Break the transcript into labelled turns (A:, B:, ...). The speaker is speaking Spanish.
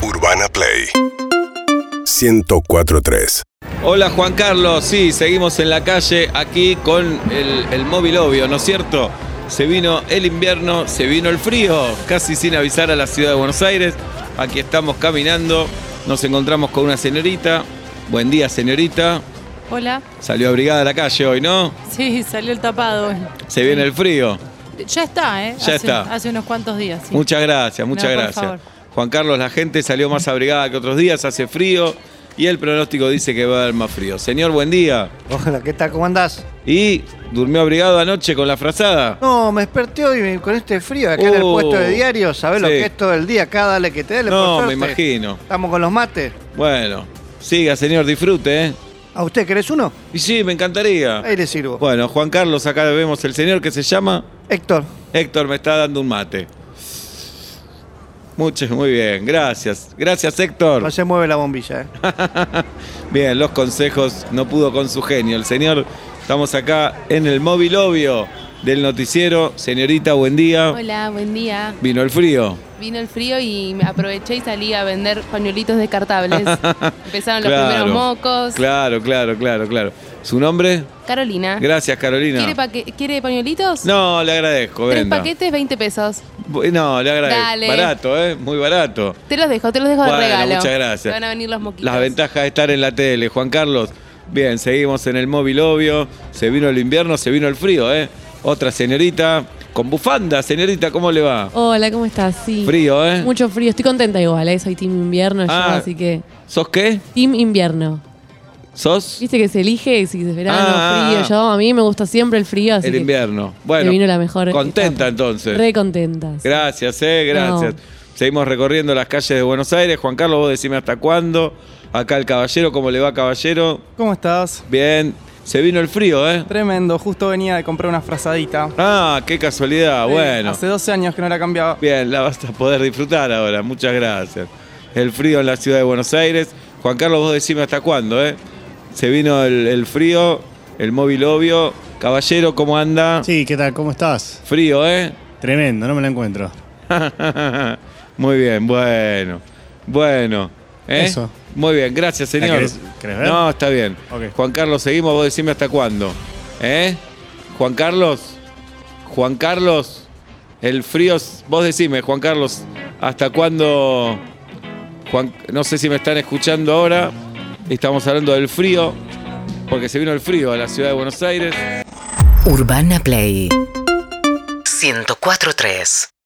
A: Urbana Play 104.3.
B: Hola Juan Carlos, sí, seguimos en la calle aquí con el móvil obvio, ¿no es cierto? Se vino el invierno, se vino el frío, casi sin avisar a la ciudad de Buenos Aires. Aquí estamos caminando, nos encontramos con una señorita. Buen día, señorita.
C: Hola.
B: Salió abrigada a la calle hoy, ¿no?
C: Sí, salió el tapado hoy.
B: Se viene el frío.
C: Ya está, ¿eh?
B: Ya está.
C: Hace unos cuantos días, sí.
B: Muchas gracias, muchas
C: No, por
B: gracias.
C: favor.
B: Juan Carlos, la gente salió más abrigada que otros días, hace frío y el pronóstico dice que va a haber más frío. Señor, buen día.
D: Hola, ¿qué tal? ¿Cómo andás?
B: ¿Y durmió abrigado anoche con la frazada?
D: No, me desperté hoy con este frío acá en el puesto de diario. ¿Sabés lo
B: sí.
D: que es todo el día? Acá dale que te dé.
B: No,
D: por
B: me
D: suerte.
B: imagino.
D: Estamos con los mates.
B: Bueno, siga, señor, disfrute, ¿eh?
D: ¿A usted querés uno?
B: Y sí, me encantaría.
D: Ahí le sirvo.
B: Bueno, Juan Carlos, acá vemos el señor que se llama
D: Héctor.
B: Héctor, me está dando un mate. Muy bien, gracias. Gracias, Héctor.
D: No se mueve la bombilla, ¿eh?
B: Bien, los consejos, no pudo con su genio. El señor, estamos acá en el móvil obvio del noticiero. Señorita, buen día.
E: Hola, buen día.
B: ¿Vino el frío?
E: Vino el frío y me aproveché y salí a vender pañuelitos descartables. Empezaron los
B: Claro,
E: primeros mocos.
B: Claro. ¿Su nombre?
E: Carolina.
B: Gracias, Carolina.
E: ¿Quiere pañuelitos?
B: No, le agradezco,
E: 3
B: venda.
E: paquetes, 20 pesos.
B: No, le agradezco.
E: Dale.
B: Barato, ¿eh? Muy barato.
E: Te los dejo de
B: Bueno,
E: regalo.
B: muchas gracias.
E: Te van a venir los moquitos.
B: Las ventajas de estar en la tele, Juan Carlos. Bien, seguimos en el móvil obvio. Se vino el invierno, se vino el frío, ¿eh? Otra señorita con bufanda. Señorita, ¿cómo le va?
F: Hola, ¿cómo estás? Sí.
B: Frío, ¿eh?
F: Mucho frío. Estoy contenta igual, ¿eh? Soy team invierno yo, así que...
B: ¿Sos qué?
F: Team invierno.
B: ¿Sos?
F: Viste que se elige si es verano
B: Ah,
F: frío. Yo, a mí me gusta siempre el frío, así
B: El
F: que
B: invierno. Bueno,
F: me vino la mejor
B: contenta
F: etapa.
B: entonces.
F: Re contenta. Sí.
B: Gracias, gracias.
F: No.
B: Seguimos recorriendo las calles de Buenos Aires. Juan Carlos, vos decime hasta cuándo. Acá el caballero, ¿cómo le va, caballero?
G: ¿Cómo estás?
B: Bien. Se vino el frío, ¿eh?
G: Tremendo, justo venía de comprar una frazadita.
B: Ah, qué casualidad. Bueno.
G: Hace 12 años que no la cambiaba.
B: Bien, la vas a poder disfrutar ahora. Muchas gracias. El frío en la ciudad de Buenos Aires. Juan Carlos, vos decime hasta cuándo, ¿eh? Se vino el frío, el móvil obvio. Caballero, ¿cómo anda?
H: Sí, ¿qué tal? ¿Cómo estás?
B: Frío, ¿eh?
H: Tremendo, no me la encuentro.
B: Muy bien, bueno. ¿Eh?
H: Eso.
B: Muy bien, gracias, señor.
H: ¿Querés ver?
B: No, está bien.
H: Ok.
B: Juan Carlos, seguimos, vos decime hasta cuándo. ¿Eh? Juan Carlos, el frío, vos decime, Juan Carlos, hasta cuándo. No sé si me están escuchando ahora. Estamos hablando del frío, porque se vino el frío a la ciudad de Buenos Aires.
I: Urbana Play 104.3